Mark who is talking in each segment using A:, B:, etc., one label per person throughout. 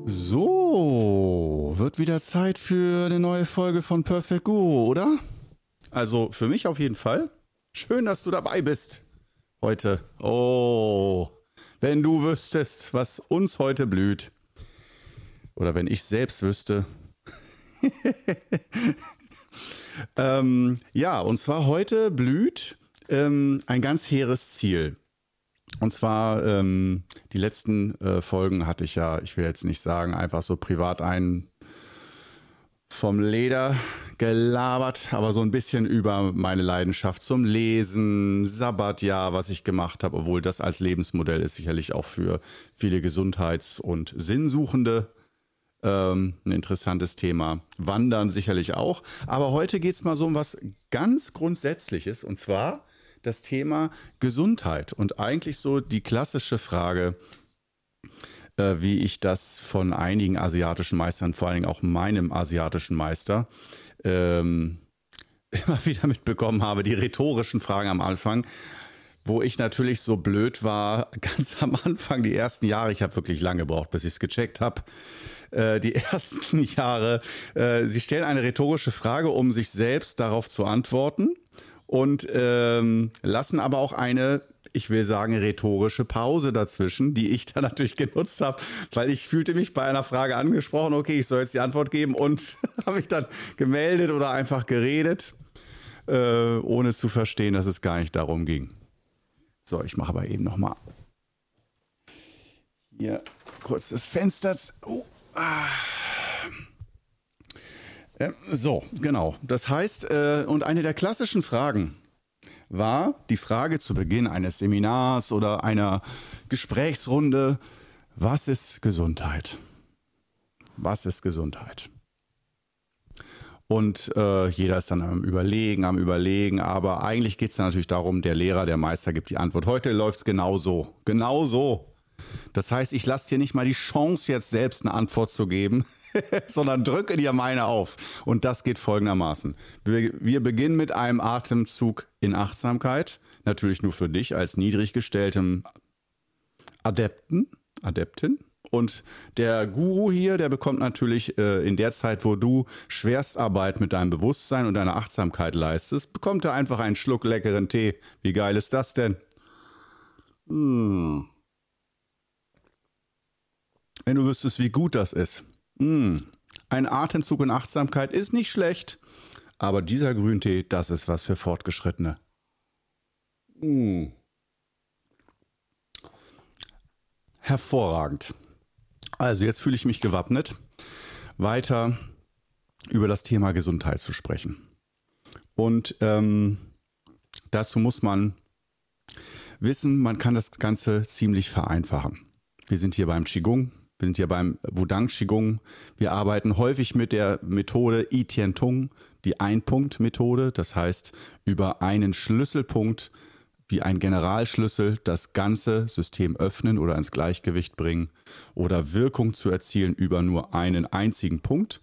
A: So, wird wieder Zeit für eine neue Folge von Perfect Guru, oder? Also für mich auf jeden Fall. Schön, dass du dabei bist heute. Oh, wenn du wüsstest, was uns heute blüht. Oder wenn ich selbst wüsste. Ja, und zwar heute blüht ein ganz hehres Ziel. Und zwar, die letzten Folgen hatte ich ja, ich will jetzt nicht sagen, einfach so privat einen vom Leder gelabert, aber so ein bisschen über meine Leidenschaft zum Lesen, Sabbatjahr, was ich gemacht habe, obwohl das als Lebensmodell ist sicherlich auch für viele Gesundheits- und Sinnsuchende ein interessantes Thema. Wandern sicherlich auch. Aber heute geht es mal so um was ganz Grundsätzliches, und zwar das Thema Gesundheit und eigentlich so die klassische Frage, wie ich das von einigen asiatischen Meistern, vor allen Dingen auch meinem asiatischen Meister, immer wieder mitbekommen habe, die rhetorischen Fragen am Anfang, wo ich natürlich so blöd war, ganz am Anfang, die ersten Jahre, ich habe wirklich lange gebraucht, bis ich es gecheckt habe, die ersten Jahre, sie stellen eine rhetorische Frage, um sich selbst darauf zu antworten. Und lassen aber auch eine, ich will sagen, rhetorische Pause dazwischen, die ich dann natürlich genutzt habe, weil ich fühlte mich bei einer Frage angesprochen, okay, ich soll jetzt die Antwort geben und habe mich dann gemeldet oder einfach geredet, ohne zu verstehen, dass es gar nicht darum ging. So, ich mache aber eben nochmal hier kurz das Fenster. So, genau. Das heißt, und eine der klassischen Fragen war die Frage zu Beginn eines Seminars oder einer Gesprächsrunde: Was ist Gesundheit? Was ist Gesundheit? Und jeder ist dann am Überlegen, aber eigentlich geht es dann natürlich darum, der Lehrer, der Meister gibt die Antwort. Heute läuft es genauso. Das heißt, ich lasse dir nicht mal die Chance, jetzt selbst eine Antwort zu geben, sondern drücke dir meine auf. Und das geht folgendermaßen. Wir beginnen mit einem Atemzug in Achtsamkeit. Natürlich nur für dich als niedrig gestelltem Adeptin. Und der Guru hier, der bekommt natürlich in der Zeit, wo du Schwerstarbeit mit deinem Bewusstsein und deiner Achtsamkeit leistest, bekommt er einfach einen Schluck leckeren Tee. Wie geil ist das denn? Wenn du wüsstest, wie gut das ist. Ein Atemzug in Achtsamkeit ist nicht schlecht, aber dieser Grüntee, das ist was für Fortgeschrittene. Hervorragend. Also jetzt fühle ich mich gewappnet, weiter über das Thema Gesundheit zu sprechen. Und dazu muss man wissen, man kann das Ganze ziemlich vereinfachen. Wir sind hier beim Qigong. Wir sind hier beim Wudang Qigong. Wir arbeiten häufig mit der Methode I Tian Tung, die Ein-Punkt-Methode. Das heißt, über einen Schlüsselpunkt, wie ein Generalschlüssel, das ganze System öffnen oder ins Gleichgewicht bringen oder Wirkung zu erzielen über nur einen einzigen Punkt.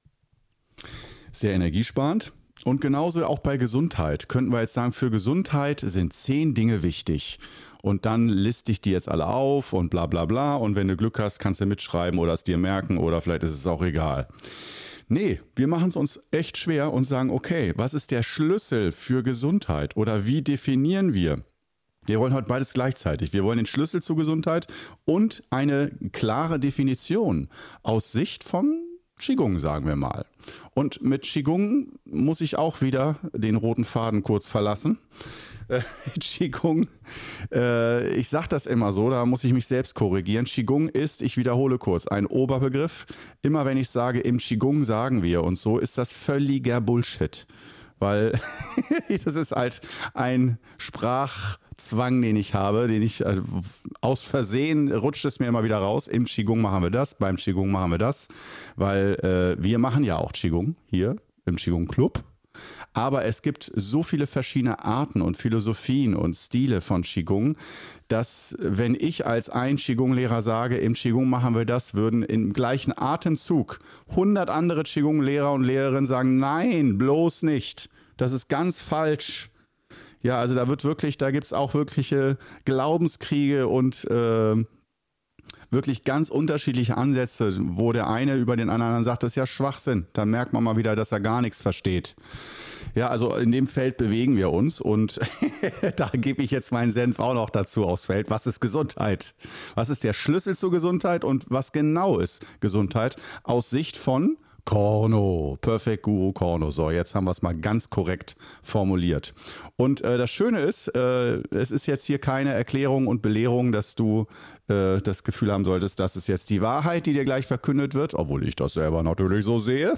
A: Sehr energiesparend. Und genauso auch bei Gesundheit. Könnten wir jetzt sagen, für Gesundheit sind 10 Dinge wichtig. Und dann liste ich die jetzt alle auf und bla bla bla. Und wenn du Glück hast, kannst du mitschreiben oder es dir merken oder vielleicht ist es auch egal. Nee, wir machen es uns echt schwer und sagen, okay, was ist der Schlüssel für Gesundheit? Oder wie definieren wir? Wir wollen heute beides gleichzeitig. Wir wollen den Schlüssel zur Gesundheit und eine klare Definition aus Sicht von Qigong, sagen wir mal. Und mit Qigong muss ich auch wieder den roten Faden kurz verlassen. Qigong, ich sage das immer so, da muss ich mich selbst korrigieren. Qigong ist, ich wiederhole kurz, ein Oberbegriff. Immer wenn ich sage, im Qigong sagen wir und so, ist das völliger Bullshit. Weil das ist halt ein Sprachzwang, den ich habe, den ich aus Versehen rutscht es mir immer wieder raus. Im Qigong machen wir das, beim Qigong machen wir das, weil wir machen ja auch Qigong hier im Qigong Club. Aber es gibt so viele verschiedene Arten und Philosophien und Stile von Qigong, dass wenn ich als ein Qigong-Lehrer sage, im Qigong machen wir das, würden im gleichen Atemzug 100 andere Qigong-Lehrer und Lehrerinnen sagen, nein, bloß nicht. Das ist ganz falsch. Ja, also da gibt es auch wirkliche Glaubenskriege und wirklich ganz unterschiedliche Ansätze, wo der eine über den anderen sagt, das ist ja Schwachsinn. Da merkt man mal wieder, dass er gar nichts versteht. Ja, also in dem Feld bewegen wir uns und da gebe ich jetzt meinen Senf auch noch dazu aufs Feld. Was ist Gesundheit? Was ist der Schlüssel zur Gesundheit und was genau ist Gesundheit aus Sicht von Korno, Perfect Guru Korno. So, jetzt haben wir es mal ganz korrekt formuliert. Und das Schöne ist, es ist jetzt hier keine Erklärung und Belehrung, dass du das Gefühl haben solltest, das ist jetzt die Wahrheit, die dir gleich verkündet wird, obwohl ich das selber natürlich so sehe.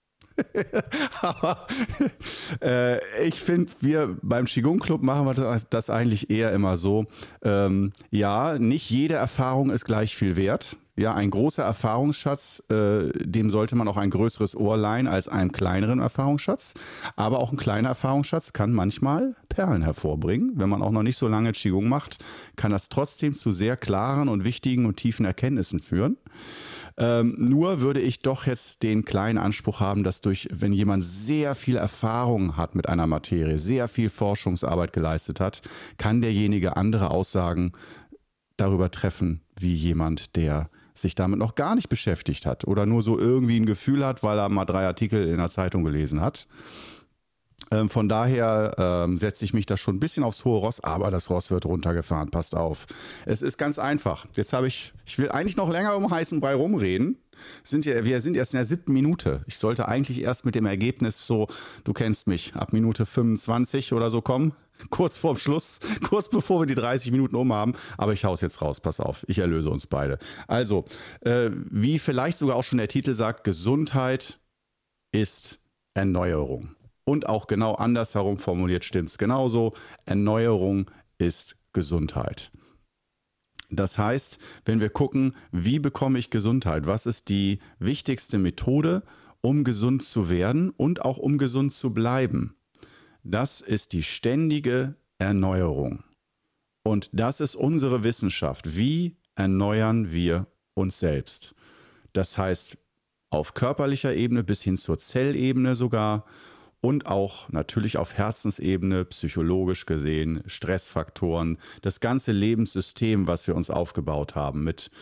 A: Aber ich finde, wir beim Qigong Club machen wir das eigentlich eher immer so. Ja, nicht jede Erfahrung ist gleich viel wert. Ja, ein großer Erfahrungsschatz, dem sollte man auch ein größeres Ohr leihen als einem kleineren Erfahrungsschatz. Aber auch ein kleiner Erfahrungsschatz kann manchmal Perlen hervorbringen. Wenn man auch noch nicht so lange Qigong macht, kann das trotzdem zu sehr klaren und wichtigen und tiefen Erkenntnissen führen. Nur würde ich doch jetzt den kleinen Anspruch haben, dass wenn jemand sehr viel Erfahrung hat mit einer Materie, sehr viel Forschungsarbeit geleistet hat, kann derjenige andere Aussagen darüber treffen, wie jemand, der sich damit noch gar nicht beschäftigt hat oder nur so irgendwie ein Gefühl hat, weil er mal 3 Artikel in der Zeitung gelesen hat. Von daher setze ich mich da schon ein bisschen aufs hohe Ross, aber das Ross wird runtergefahren, passt auf. Es ist ganz einfach. Jetzt ich will eigentlich noch länger um heißen Brei rumreden. Wir sind erst in der 7. Minute. Ich sollte eigentlich erst mit dem Ergebnis so, du kennst mich, ab Minute 25 oder so kommen. Kurz vorm Schluss, kurz bevor wir die 30 Minuten haben. Aber ich hau's jetzt raus, pass auf, ich erlöse uns beide. Also, wie vielleicht sogar auch schon der Titel sagt, Gesundheit ist Erneuerung. Und auch genau andersherum formuliert stimmt's genauso. Erneuerung ist Gesundheit. Das heißt, wenn wir gucken, wie bekomme ich Gesundheit? Was ist die wichtigste Methode, um gesund zu werden und auch um gesund zu bleiben? Das ist die ständige Erneuerung. Und das ist unsere Wissenschaft. Wie erneuern wir uns selbst? Das heißt, auf körperlicher Ebene bis hin zur Zellebene sogar. Und auch natürlich auf Herzensebene, psychologisch gesehen, Stressfaktoren, das ganze Lebenssystem, was wir uns aufgebaut haben mit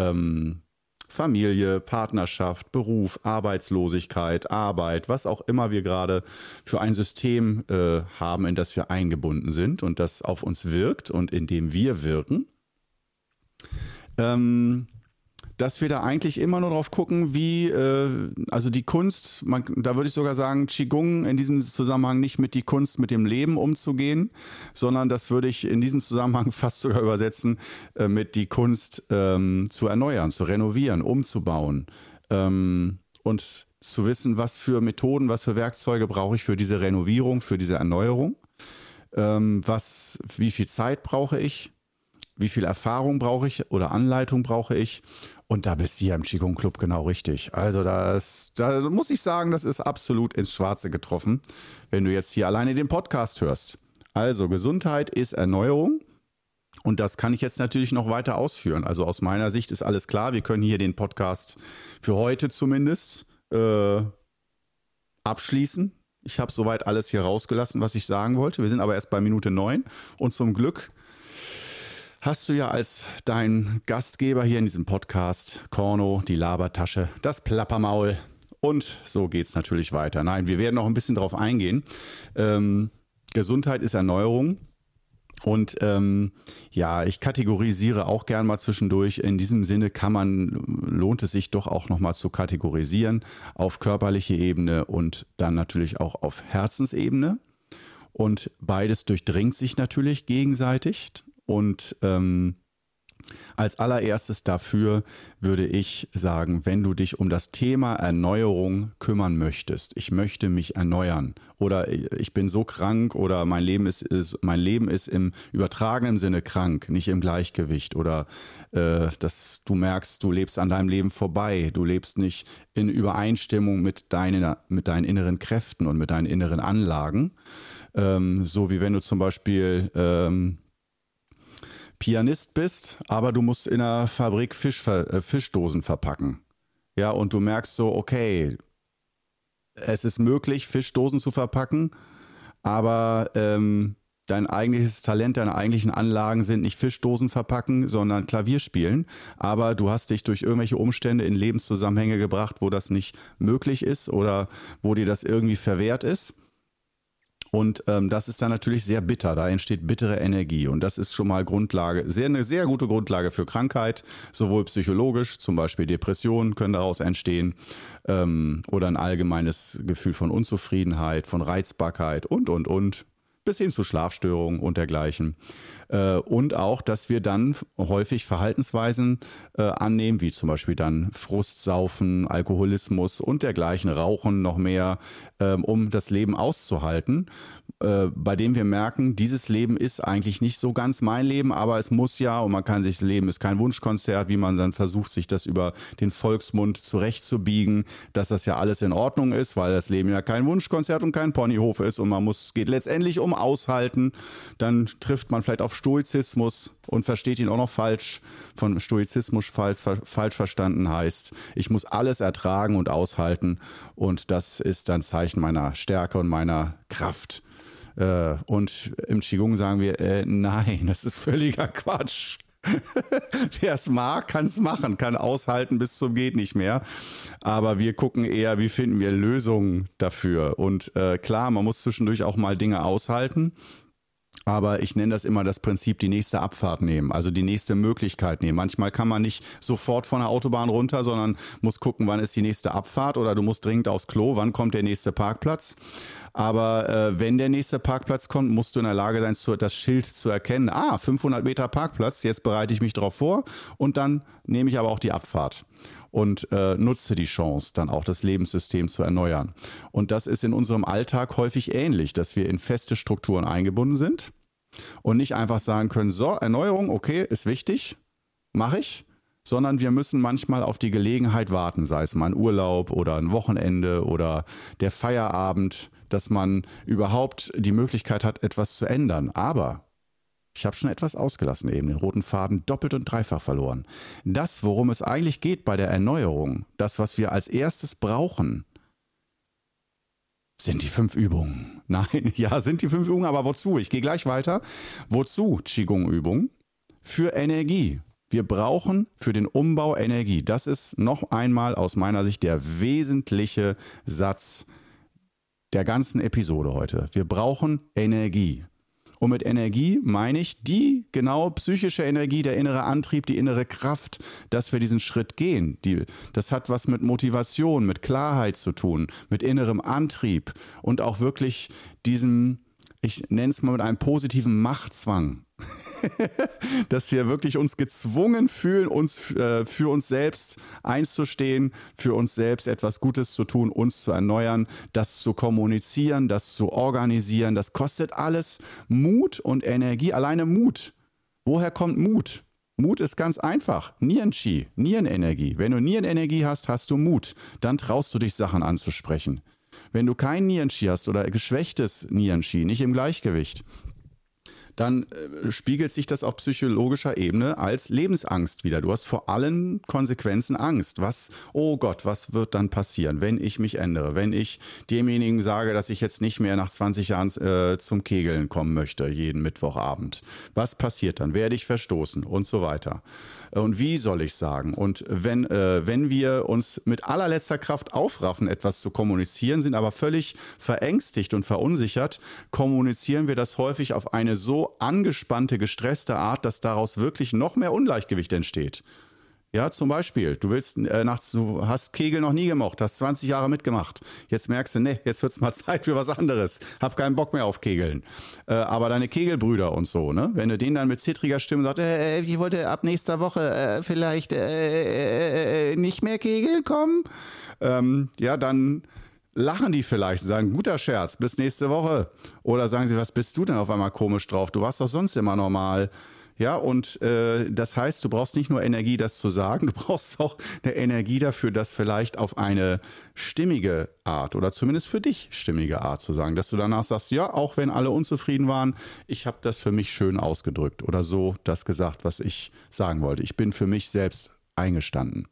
A: Familie, Partnerschaft, Beruf, Arbeitslosigkeit, Arbeit, was auch immer wir gerade für ein System haben, in das wir eingebunden sind und das auf uns wirkt und in dem wir wirken. Dass wir da eigentlich immer nur drauf gucken, wie, also die Kunst, da würde ich sogar sagen, Qigong in diesem Zusammenhang nicht mit die Kunst mit dem Leben umzugehen, sondern das würde ich in diesem Zusammenhang fast sogar übersetzen mit die Kunst zu erneuern, zu renovieren, umzubauen und zu wissen, was für Methoden, was für Werkzeuge brauche ich für diese Renovierung, für diese Erneuerung, wie viel Zeit brauche ich, wie viel Erfahrung brauche ich oder Anleitung brauche ich. Und da bist du hier im Qigong Club genau richtig. Also da muss ich sagen, das ist absolut ins Schwarze getroffen, wenn du jetzt hier alleine den Podcast hörst. Also Gesundheit ist Erneuerung und das kann ich jetzt natürlich noch weiter ausführen. Also aus meiner Sicht ist alles klar. Wir können hier den Podcast für heute zumindest abschließen. Ich habe soweit alles hier rausgelassen, was ich sagen wollte. Wir sind aber erst bei Minute 9 und zum Glück hast du ja als dein Gastgeber hier in diesem Podcast, Korno, die Labertasche, das Plappermaul und so geht's natürlich weiter. Nein, wir werden noch ein bisschen drauf eingehen. Gesundheit ist Erneuerung und ja, ich kategorisiere auch gern mal zwischendurch. In diesem Sinne lohnt es sich doch auch nochmal zu kategorisieren auf körperliche Ebene und dann natürlich auch auf Herzensebene. Und beides durchdringt sich natürlich gegenseitig. Und als allererstes dafür würde ich sagen, wenn du dich um das Thema Erneuerung kümmern möchtest, ich möchte mich erneuern oder ich bin so krank oder mein Leben ist im übertragenen Sinne krank, nicht im Gleichgewicht oder dass du merkst, du lebst an deinem Leben vorbei, du lebst nicht in Übereinstimmung mit deinen inneren Kräften und mit deinen inneren Anlagen, so wie wenn du zum Beispiel Pianist bist, aber du musst in einer Fabrik Fischdosen verpacken. Ja, und du merkst so, okay, es ist möglich, Fischdosen zu verpacken, aber dein eigentliches Talent, deine eigentlichen Anlagen sind nicht Fischdosen verpacken, sondern Klavier spielen. Aber du hast dich durch irgendwelche Umstände in Lebenszusammenhänge gebracht, wo das nicht möglich ist oder wo dir das irgendwie verwehrt ist. Und das ist dann natürlich sehr bitter. Da entsteht bittere Energie. Und das ist schon mal Grundlage, eine sehr gute Grundlage für Krankheit, sowohl psychologisch, zum Beispiel Depressionen können daraus entstehen, oder ein allgemeines Gefühl von Unzufriedenheit, von Reizbarkeit und. Bis hin zu Schlafstörungen und dergleichen. Und auch, dass wir dann häufig Verhaltensweisen annehmen, wie zum Beispiel dann Frustsaufen, Alkoholismus und dergleichen, Rauchen noch mehr, um das Leben auszuhalten, bei dem wir merken, dieses Leben ist eigentlich nicht so ganz mein Leben, aber es muss ja, und man kann sich, das Leben ist kein Wunschkonzert, wie man dann versucht, sich das über den Volksmund zurechtzubiegen, dass das ja alles in Ordnung ist, weil das Leben ja kein Wunschkonzert und kein Ponyhof ist und es geht letztendlich um Aushalten. Dann trifft man vielleicht auf Stoizismus und versteht ihn auch noch falsch. Von Stoizismus falsch verstanden heißt, ich muss alles ertragen und aushalten und das ist dann Zeichen meiner Stärke und meiner Kraft. Und im Qigong sagen wir, nein, das ist völliger Quatsch. Wer es mag, kann es machen, kann aushalten bis zum geht nicht mehr. Aber wir gucken eher, wie finden wir Lösungen dafür. Und klar, man muss zwischendurch auch mal Dinge aushalten. Aber ich nenne das immer das Prinzip, die nächste Abfahrt nehmen, also die nächste Möglichkeit nehmen. Manchmal kann man nicht sofort von der Autobahn runter, sondern muss gucken, wann ist die nächste Abfahrt oder du musst dringend aufs Klo, wann kommt der nächste Parkplatz. Aber wenn der nächste Parkplatz kommt, musst du in der Lage sein, das Schild zu erkennen. 500 Meter Parkplatz, jetzt bereite ich mich darauf vor und dann nehme ich aber auch die Abfahrt. Und nutze die Chance, dann auch das Lebenssystem zu erneuern. Und das ist in unserem Alltag häufig ähnlich, dass wir in feste Strukturen eingebunden sind und nicht einfach sagen können, so, Erneuerung, okay, ist wichtig, mache ich, sondern wir müssen manchmal auf die Gelegenheit warten, sei es mal ein Urlaub oder ein Wochenende oder der Feierabend, dass man überhaupt die Möglichkeit hat, etwas zu ändern. Aber ich habe schon etwas ausgelassen eben, den roten Faden doppelt und dreifach verloren. Das, worum es eigentlich geht bei der Erneuerung, das, was wir als erstes brauchen, sind die 5 Übungen. Nein, ja, sind die 5 Übungen, aber wozu? Ich gehe gleich weiter. Wozu Qigong-Übungen? Für Energie. Wir brauchen für den Umbau Energie. Das ist noch einmal aus meiner Sicht der wesentliche Satz der ganzen Episode heute. Wir brauchen Energie. Und mit Energie meine ich die genaue psychische Energie, der innere Antrieb, die innere Kraft, dass wir diesen Schritt gehen. Das hat was mit Motivation, mit Klarheit zu tun, mit innerem Antrieb und auch wirklich diesem, ich nenne es mal mit einem positiven Machtzwang. Dass wir wirklich uns gezwungen fühlen, uns für uns selbst einzustehen, für uns selbst etwas Gutes zu tun, uns zu erneuern, das zu kommunizieren, das zu organisieren. Das kostet alles Mut und Energie. Alleine Mut. Woher kommt Mut? Mut ist ganz einfach. Nieren-Qi, Nierenenergie. Wenn du Nierenenergie hast, hast du Mut. Dann traust du dich, Sachen anzusprechen. Wenn du kein Nieren-Qi hast oder geschwächtes Nieren-Qi, nicht im Gleichgewicht, dann spiegelt sich das auf psychologischer Ebene als Lebensangst wieder. Du hast vor allen Konsequenzen Angst. Oh Gott, was wird dann passieren, wenn ich mich ändere? Wenn ich demjenigen sage, dass ich jetzt nicht mehr nach 20 Jahren zum Kegeln kommen möchte, jeden Mittwochabend. Was passiert dann? Werde ich verstoßen? Und so weiter. Und wie soll ich sagen? Und wenn wir uns mit allerletzter Kraft aufraffen, etwas zu kommunizieren, sind aber völlig verängstigt und verunsichert, kommunizieren wir das häufig auf eine so angespannte, gestresste Art, dass daraus wirklich noch mehr Ungleichgewicht entsteht. Ja, zum Beispiel, du hast Kegel noch nie gemocht, hast 20 Jahre mitgemacht. Jetzt merkst du, jetzt wird's mal Zeit für was anderes. Hab keinen Bock mehr auf Kegeln. Aber deine Kegelbrüder und so, ne? Wenn du denen dann mit zittriger Stimme sagst, ich wollte ab nächster Woche vielleicht nicht mehr Kegeln kommen, ja, dann lachen die vielleicht und sagen, guter Scherz, bis nächste Woche. Oder sagen sie, was bist du denn auf einmal komisch drauf? Du warst doch sonst immer normal. Ja, und das heißt, du brauchst nicht nur Energie, das zu sagen, du brauchst auch eine Energie dafür, das vielleicht auf eine stimmige Art oder zumindest für dich stimmige Art zu sagen, dass du danach sagst, ja, auch wenn alle unzufrieden waren, ich habe das für mich schön ausgedrückt oder so das gesagt, was ich sagen wollte. Ich bin für mich selbst eingestanden.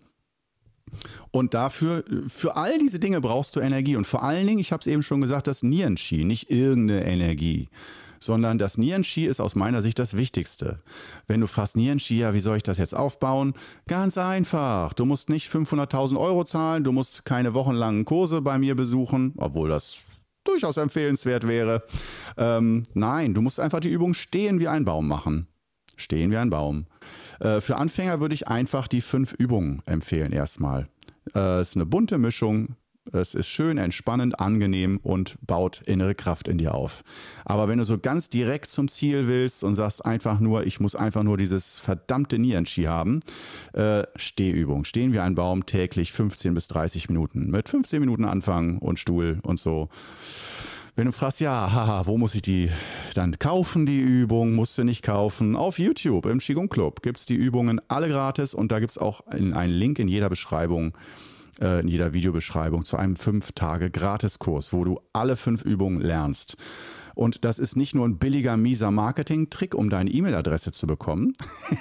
A: Und dafür, für all diese Dinge brauchst du Energie und vor allen Dingen, ich habe es eben schon gesagt, das Nieren-Qi, nicht irgendeine Energie, sondern das Nieren-Ski ist aus meiner Sicht das Wichtigste. Wenn du fragst, Nieren-Ski, ja, wie soll ich das jetzt aufbauen? Ganz einfach. Du musst nicht 500.000 Euro zahlen, du musst keine wochenlangen Kurse bei mir besuchen, obwohl das durchaus empfehlenswert wäre. Nein, du musst einfach die Übung stehen wie ein Baum machen. Stehen wie ein Baum. Für Anfänger würde ich einfach die 5 Übungen empfehlen erstmal. Es ist eine bunte Mischung. Es ist schön, entspannend, angenehm und baut innere Kraft in dir auf. Aber wenn du so ganz direkt zum Ziel willst und sagst einfach nur, ich muss einfach nur dieses verdammte Nieren-Ski haben, Stehübung. Stehen wie ein Baum täglich 15 bis 30 Minuten. Mit 15 Minuten anfangen und Stuhl und so. Wenn du fragst, ja, haha, wo muss ich die dann kaufen, die Übung? Musst du nicht kaufen. Auf YouTube, im Qigong Club, gibt es die Übungen alle gratis und da gibt es auch einen Link in jeder Beschreibung, in jeder Videobeschreibung zu einem 5-Tage-Gratiskurs, wo du alle 5 Übungen lernst. Und das ist nicht nur ein billiger, mieser Marketing-Trick, um deine E-Mail-Adresse zu bekommen,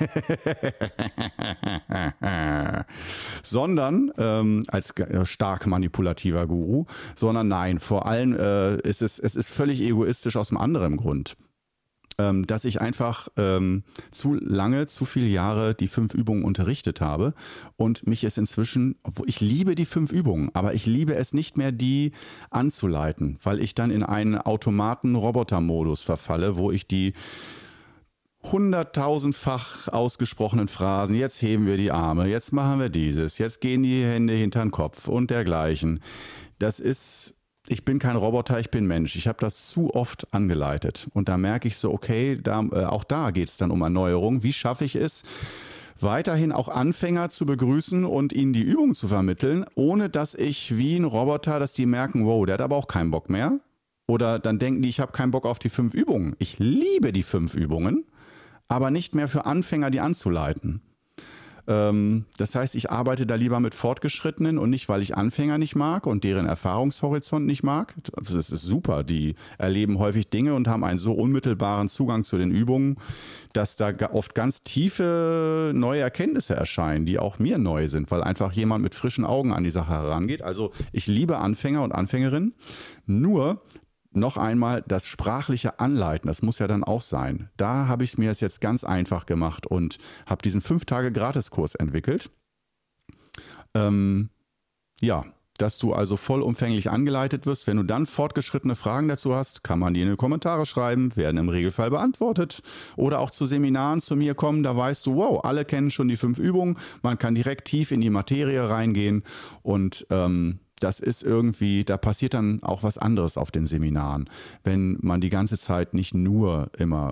A: sondern als stark manipulativer Guru, sondern nein, vor allem es ist völlig egoistisch aus einem anderen Grund. Dass ich einfach zu viele Jahre die 5 Übungen unterrichtet habe und mich es inzwischen, ich liebe die 5 Übungen, aber ich liebe es nicht mehr, die anzuleiten, weil ich dann in einen Automaten-Roboter-Modus verfalle, wo ich die 100.000-fach ausgesprochenen Phrasen, jetzt heben wir die Arme, jetzt machen wir dieses, jetzt gehen die Hände hinter den Kopf und dergleichen. Ich bin kein Roboter, ich bin Mensch. Ich habe das zu oft angeleitet. Und da merke ich so, okay, auch da geht es dann um Erneuerung. Wie schaffe ich es, weiterhin auch Anfänger zu begrüßen und ihnen die Übung zu vermitteln, ohne dass ich wie ein Roboter, dass die merken, wow, der hat aber auch keinen Bock mehr. Oder dann denken die, ich habe keinen Bock auf die 5 Übungen. Ich liebe die 5 Übungen, aber nicht mehr für Anfänger, die anzuleiten. Das heißt, ich arbeite da lieber mit Fortgeschrittenen und nicht, weil ich Anfänger nicht mag und deren Erfahrungshorizont nicht mag. Das ist super. Die erleben häufig Dinge und haben einen so unmittelbaren Zugang zu den Übungen, dass da oft ganz tiefe neue Erkenntnisse erscheinen, die auch mir neu sind, weil einfach jemand mit frischen Augen an die Sache herangeht. Also ich liebe Anfänger und Anfängerinnen. Nur noch einmal, das sprachliche Anleiten, das muss ja dann auch sein. Da habe ich mir das jetzt ganz einfach gemacht und habe diesen 5-Tage-Gratiskurs entwickelt. Dass du also vollumfänglich angeleitet wirst. Wenn du dann fortgeschrittene Fragen dazu hast, kann man die in die Kommentare schreiben, werden im Regelfall beantwortet. Oder auch zu Seminaren zu mir kommen, da weißt du, wow, alle kennen schon die 5 Übungen. Man kann direkt tief in die Materie reingehen und das ist irgendwie, da passiert dann auch was anderes auf den Seminaren, wenn man die ganze Zeit nicht nur immer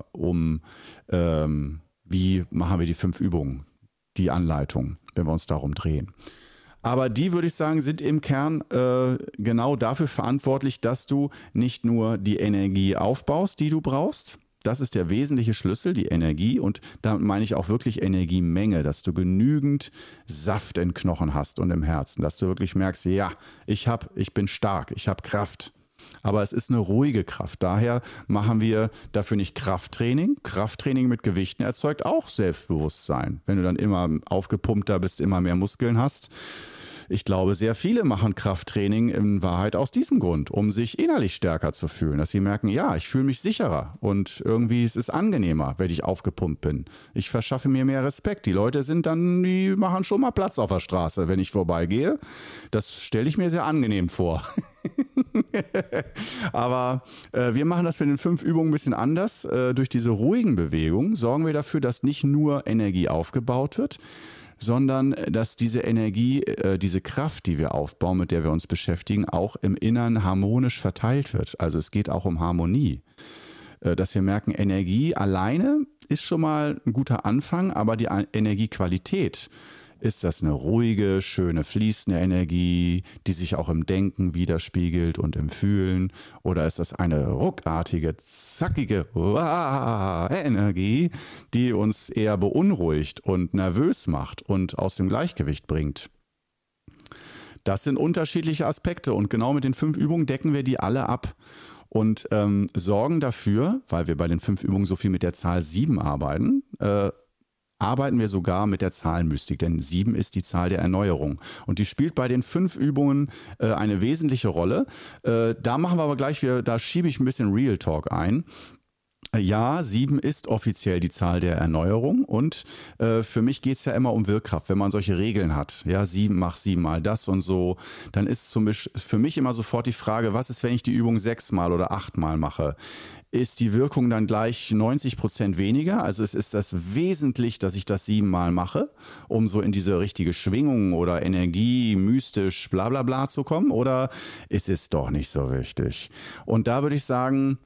A: wie machen wir die 5 Übungen, die Anleitung, wenn wir uns darum drehen. Aber die, würde ich sagen, sind im Kern genau dafür verantwortlich, dass du nicht nur die Energie aufbaust, die du brauchst. Das ist der wesentliche Schlüssel, die Energie. Und damit meine ich auch wirklich Energiemenge, dass du genügend Saft in Knochen hast und im Herzen. Dass du wirklich merkst, ja, ich bin stark, ich habe Kraft. Aber es ist eine ruhige Kraft. Daher machen wir dafür nicht Krafttraining. Krafttraining mit Gewichten erzeugt auch Selbstbewusstsein. Wenn du dann immer aufgepumpter bist, immer mehr Muskeln hast. Ich glaube, sehr viele machen Krafttraining in Wahrheit aus diesem Grund, um sich innerlich stärker zu fühlen, dass sie merken, ja, ich fühle mich sicherer und irgendwie ist es angenehmer, wenn ich aufgepumpt bin. Ich verschaffe mir mehr Respekt. Die Leute die machen schon mal Platz auf der Straße, wenn ich vorbeigehe. Das stelle ich mir sehr angenehm vor. Aber wir machen das für den 5 Übungen ein bisschen anders. Durch diese ruhigen Bewegungen sorgen wir dafür, dass nicht nur Energie aufgebaut wird, sondern dass diese Energie, diese Kraft, die wir aufbauen, mit der wir uns beschäftigen, auch im Innern harmonisch verteilt wird. Also es geht auch um Harmonie. Dass wir merken, Energie alleine ist schon mal ein guter Anfang, aber die Energiequalität, ist das eine ruhige, schöne, fließende Energie, die sich auch im Denken widerspiegelt und im Fühlen? Oder ist das eine ruckartige, zackige Energie, die uns eher beunruhigt und nervös macht und aus dem Gleichgewicht bringt? Das sind unterschiedliche Aspekte und genau mit den 5 Übungen decken wir die alle ab und sorgen dafür, weil wir bei den 5 Übungen so viel mit der Zahl 7 arbeiten, arbeiten wir sogar mit der Zahlenmystik, denn 7 ist die Zahl der Erneuerung. Und die spielt bei den 5 Übungen eine wesentliche Rolle. Da machen wir aber gleich wieder, da schiebe ich ein bisschen Real Talk ein. Ja, 7 ist offiziell die Zahl der Erneuerung und für mich geht es ja immer um Wirkkraft, wenn man solche Regeln hat. Ja, 7, mach 7 mal das und so, dann ist für mich immer sofort die Frage, was ist, wenn ich die Übung 6 mal oder 8 mal mache? Ist die Wirkung dann gleich 90% weniger? Also es ist das wesentlich, dass ich das 7 mal mache, um so in diese richtige Schwingung oder Energie, mystisch, bla bla bla zu kommen? Oder ist es doch nicht so wichtig? Und da würde ich sagen,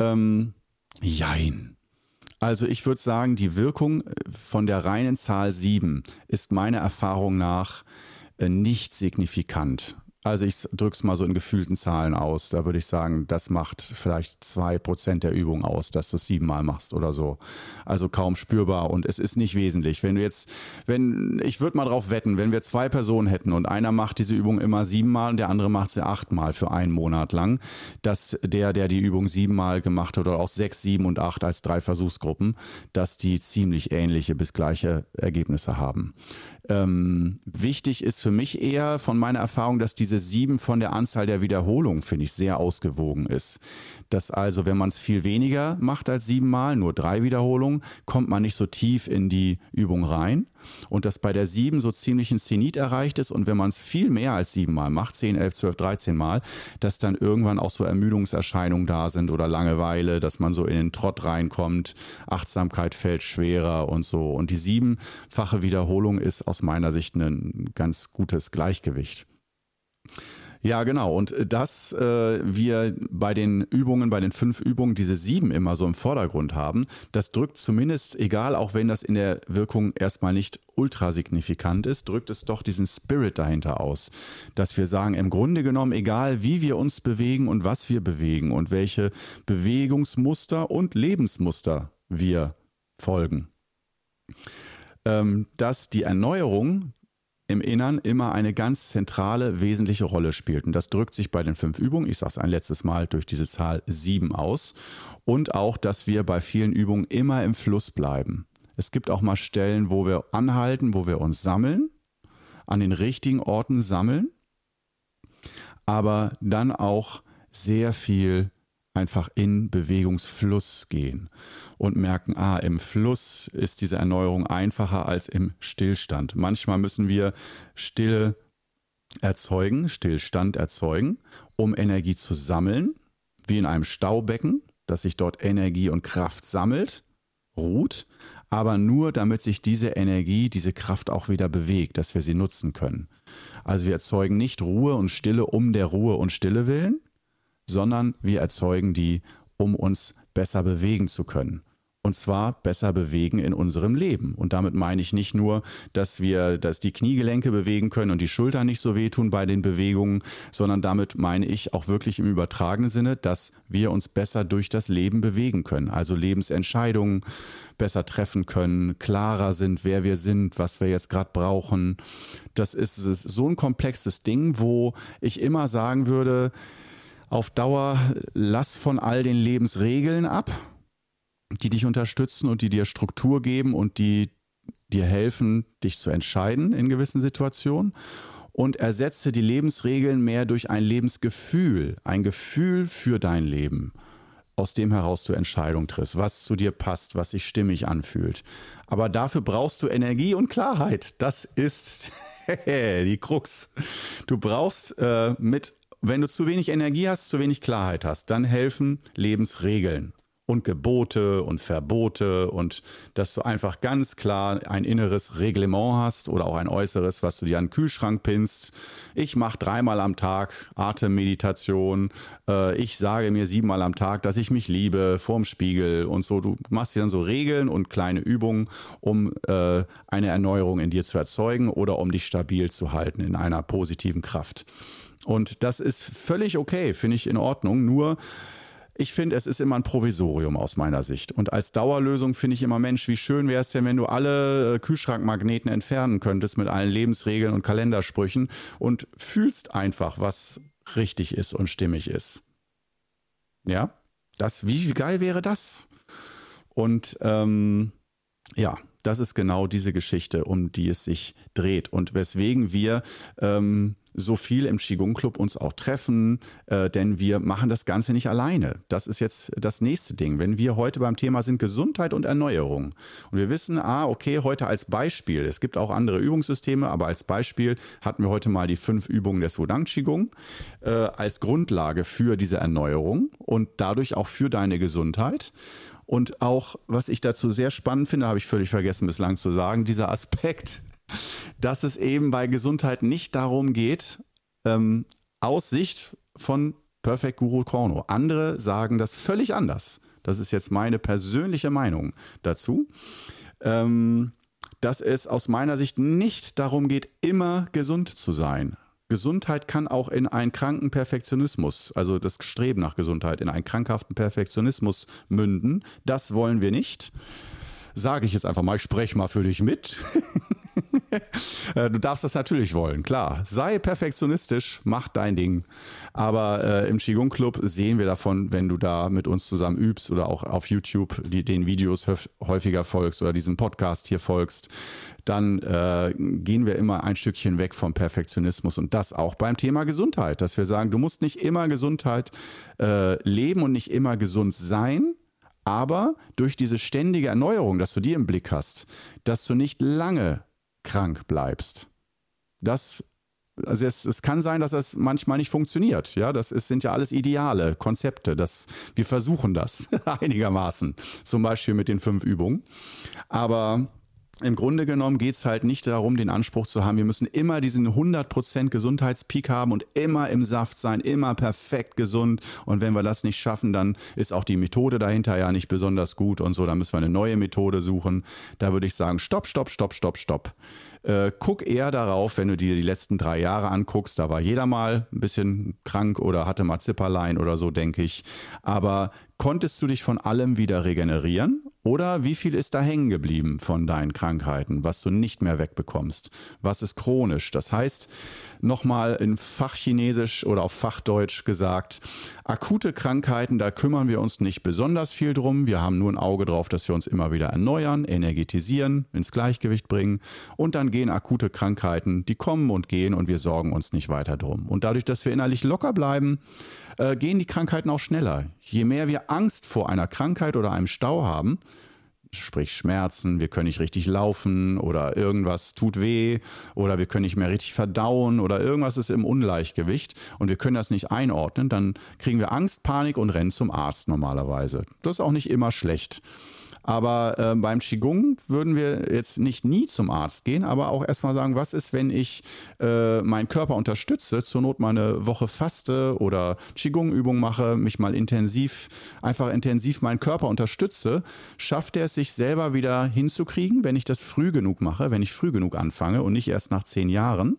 A: jein. Also ich würde sagen, die Wirkung von der reinen Zahl 7 ist meiner Erfahrung nach nicht signifikant. Also ich drücke es mal so in gefühlten Zahlen aus. Da würde ich sagen, das macht vielleicht 2% der Übung aus, dass du es 7 Mal machst oder so. Also kaum spürbar und es ist nicht wesentlich. Ich würde mal drauf wetten, wenn wir 2 Personen hätten und einer macht diese Übung immer 7 Mal und der andere macht sie 8 Mal für einen Monat lang, dass der die Übung 7 Mal gemacht hat oder auch 6, 7 und 8 als 3 Versuchsgruppen, dass die ziemlich ähnliche bis gleiche Ergebnisse haben. Wichtig ist für mich eher von meiner Erfahrung, dass diese 7 von der Anzahl der Wiederholungen, finde ich, sehr ausgewogen ist. Dass also, wenn man es viel weniger macht als 7 Mal, nur 3 Wiederholungen, kommt man nicht so tief in die Übung rein. Und dass bei der 7 so ziemlich ein Zenit erreicht ist und wenn man es viel mehr als 7 Mal macht, 10, 11, 12, 13 Mal, dass dann irgendwann auch so Ermüdungserscheinungen da sind oder Langeweile, dass man so in den Trott reinkommt, Achtsamkeit fällt schwerer und so. Und die 7-fache Wiederholung ist aus meiner Sicht ein ganz gutes Gleichgewicht. Ja, genau. Und dass wir bei den Übungen, bei den 5 Übungen diese 7 immer so im Vordergrund haben, das drückt zumindest, egal, auch wenn das in der Wirkung erstmal nicht ultra signifikant ist, drückt es doch diesen Spirit dahinter aus. Dass wir sagen, im Grunde genommen, egal wie wir uns bewegen und was wir bewegen und welche Bewegungsmuster und Lebensmuster wir folgen, dass die Erneuerung im Innern immer eine ganz zentrale, wesentliche Rolle spielt. Und das drückt sich bei den 5 Übungen, ich sage es ein letztes Mal, durch diese Zahl 7 aus. Und auch, dass wir bei vielen Übungen immer im Fluss bleiben. Es gibt auch mal Stellen, wo wir anhalten, wo wir uns sammeln, an den richtigen Orten sammeln, aber dann auch sehr viel einfach in Bewegungsfluss gehen und merken, im Fluss ist diese Erneuerung einfacher als im Stillstand. Manchmal müssen wir Stillstand erzeugen, um Energie zu sammeln, wie in einem Staubecken, dass sich dort Energie und Kraft sammelt, ruht, aber nur damit sich diese Energie, diese Kraft auch wieder bewegt, dass wir sie nutzen können. Also wir erzeugen nicht Ruhe und Stille um der Ruhe und Stille willen, sondern wir erzeugen die, um uns besser bewegen zu können. Und zwar besser bewegen in unserem Leben. Und damit meine ich nicht nur, dass die Kniegelenke bewegen können und die Schultern nicht so wehtun bei den Bewegungen, sondern damit meine ich auch wirklich im übertragenen Sinne, dass wir uns besser durch das Leben bewegen können. Also Lebensentscheidungen besser treffen können, klarer sind, wer wir sind, was wir jetzt gerade brauchen. Das ist so ein komplexes Ding, wo ich immer sagen würde, auf Dauer lass von all den Lebensregeln ab, die dich unterstützen und die dir Struktur geben und die dir helfen, dich zu entscheiden in gewissen Situationen. Und ersetze die Lebensregeln mehr durch ein Lebensgefühl, ein Gefühl für dein Leben, aus dem heraus du Entscheidungen triffst, was zu dir passt, was sich stimmig anfühlt. Aber dafür brauchst du Energie und Klarheit. Das ist die Krux. Du brauchst wenn du zu wenig Energie hast, zu wenig Klarheit hast, dann helfen Lebensregeln und Gebote und Verbote und dass du einfach ganz klar ein inneres Reglement hast oder auch ein äußeres, was du dir an den Kühlschrank pinnst. Ich mache 3-mal am Tag Atemmeditation. Ich sage mir 7-mal am Tag, dass ich mich liebe, vorm Spiegel und so. Du machst dir dann so Regeln und kleine Übungen, um eine Erneuerung in dir zu erzeugen oder um dich stabil zu halten in einer positiven Kraft. Und das ist völlig okay, finde ich in Ordnung. Nur, ich finde, es ist immer ein Provisorium aus meiner Sicht. Und als Dauerlösung finde ich immer, Mensch, wie schön wäre es denn, wenn du alle Kühlschrankmagneten entfernen könntest mit allen Lebensregeln und Kalendersprüchen und fühlst einfach, was richtig ist und stimmig ist. Ja, wie geil wäre das? Und ja, das ist genau diese Geschichte, um die es sich dreht und weswegen wir so viel im Qigong Club uns auch treffen, denn wir machen das Ganze nicht alleine. Das ist jetzt das nächste Ding. Wenn wir heute beim Thema sind Gesundheit und Erneuerung und wir wissen, okay, heute als Beispiel, es gibt auch andere Übungssysteme, aber als Beispiel hatten wir heute mal die 5 Übungen des Wudang Qigong als Grundlage für diese Erneuerung und dadurch auch für deine Gesundheit. Und auch, was ich dazu sehr spannend finde, habe ich völlig vergessen bislang zu sagen, dieser Aspekt, dass es eben bei Gesundheit nicht darum geht, aus Sicht von Perfect Guru Korno. Andere sagen das völlig anders. Das ist jetzt meine persönliche Meinung dazu. Dass es aus meiner Sicht nicht darum geht, immer gesund zu sein. Gesundheit kann auch in einen kranken Perfektionismus, also das Streben nach Gesundheit, in einen krankhaften Perfektionismus münden. Das wollen wir nicht. Sage ich jetzt einfach mal, ich spreche mal für dich mit. Du darfst das natürlich wollen, klar. Sei perfektionistisch, mach dein Ding. Aber im Qigong Club sehen wir davon, wenn du da mit uns zusammen übst oder auch auf YouTube den Videos häufiger folgst oder diesem Podcast hier folgst, dann gehen wir immer ein Stückchen weg vom Perfektionismus und das auch beim Thema Gesundheit, dass wir sagen, du musst nicht immer Gesundheit leben und nicht immer gesund sein, aber durch diese ständige Erneuerung, dass du die im Blick hast, dass du nicht lange krank bleibst. Es kann sein, dass das manchmal nicht funktioniert. Ja, sind ja alles ideale Konzepte. Wir versuchen das einigermaßen. Zum Beispiel mit den 5 Übungen. Aber im Grunde genommen geht es halt nicht darum, den Anspruch zu haben, wir müssen immer diesen 100% Gesundheitspeak haben und immer im Saft sein, immer perfekt gesund. Und wenn wir das nicht schaffen, dann ist auch die Methode dahinter ja nicht besonders gut und so. Da müssen wir eine neue Methode suchen. Da würde ich sagen, stopp. Guck eher darauf, wenn du dir die letzten 3 Jahre anguckst, da war jeder mal ein bisschen krank oder hatte mal Zipperlein oder so, denke ich. Aber konntest du dich von allem wieder regenerieren? Oder wie viel ist da hängen geblieben von deinen Krankheiten, was du nicht mehr wegbekommst? Was ist chronisch? Das heißt, nochmal in Fachchinesisch oder auf Fachdeutsch gesagt, akute Krankheiten, da kümmern wir uns nicht besonders viel drum. Wir haben nur ein Auge drauf, dass wir uns immer wieder erneuern, energetisieren, ins Gleichgewicht bringen. Und dann gehen akute Krankheiten, die kommen und gehen und wir sorgen uns nicht weiter drum. Und dadurch, dass wir innerlich locker bleiben, gehen die Krankheiten auch schneller. Je mehr wir Angst vor einer Krankheit oder einem Stau haben, sprich Schmerzen, wir können nicht richtig laufen oder irgendwas tut weh oder wir können nicht mehr richtig verdauen oder irgendwas ist im Ungleichgewicht und wir können das nicht einordnen, dann kriegen wir Angst, Panik und rennen zum Arzt normalerweise. Das ist auch nicht immer schlecht. Aber beim Qigong würden wir jetzt nicht nie zum Arzt gehen, aber auch erstmal sagen, was ist, wenn ich meinen Körper unterstütze, zur Not mal eine Woche faste oder Qigong-Übung mache, mich mal intensiv meinen Körper unterstütze, schafft er es sich selber wieder hinzukriegen, wenn ich das früh genug mache, wenn ich früh genug anfange und nicht erst nach 10 Jahren.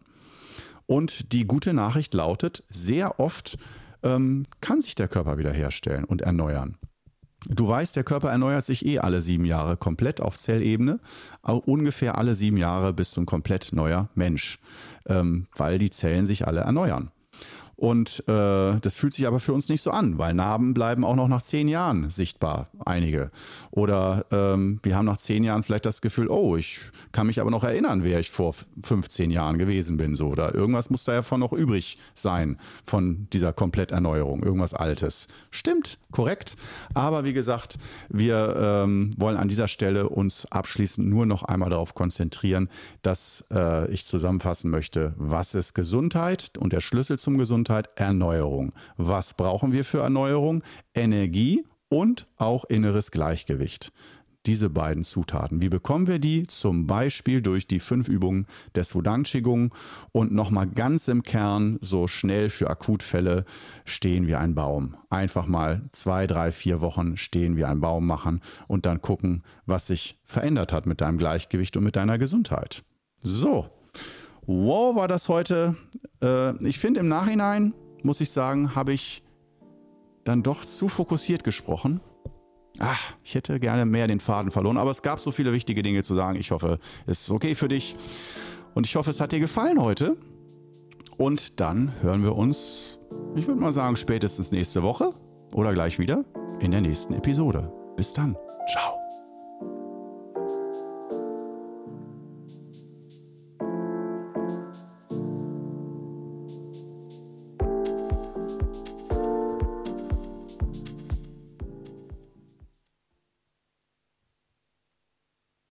A: Und die gute Nachricht lautet, sehr oft kann sich der Körper wieder herstellen und erneuern. Du weißt, der Körper erneuert sich alle 7 Jahre komplett auf Zellebene. Ungefähr alle 7 Jahre bist du ein komplett neuer Mensch, weil die Zellen sich alle erneuern. Und das fühlt sich aber für uns nicht so an, weil Narben bleiben auch noch nach 10 Jahren sichtbar, einige. Oder wir haben nach 10 Jahren vielleicht das Gefühl, oh, ich kann mich aber noch erinnern, wer ich vor 15 Jahren gewesen bin. So. Oder irgendwas muss da ja von noch übrig sein von dieser Kompletterneuerung, irgendwas Altes. Stimmt, korrekt. Aber wie gesagt, wir wollen an dieser Stelle uns abschließend nur noch einmal darauf konzentrieren, dass ich zusammenfassen möchte, was ist Gesundheit und der Schlüssel zum Gesundheit, Erneuerung. Was brauchen wir für Erneuerung? Energie und auch inneres Gleichgewicht. Diese beiden Zutaten. Wie bekommen wir die? Zum Beispiel durch die 5 Übungen des Wudang Qigong und nochmal ganz im Kern, so schnell für Akutfälle, stehen wie ein Baum. Einfach mal 2, 3, 4 Wochen stehen wie ein Baum machen und dann gucken, was sich verändert hat mit deinem Gleichgewicht und mit deiner Gesundheit. So. Wow, war das heute. Ich finde im Nachhinein, muss ich sagen, habe ich dann doch zu fokussiert gesprochen. Ich hätte gerne mehr den Faden verloren, aber es gab so viele wichtige Dinge zu sagen. Ich hoffe, es ist okay für dich und ich hoffe, es hat dir gefallen heute. Und dann hören wir uns, ich würde mal sagen, spätestens nächste Woche oder gleich wieder in der nächsten Episode. Bis dann. Ciao.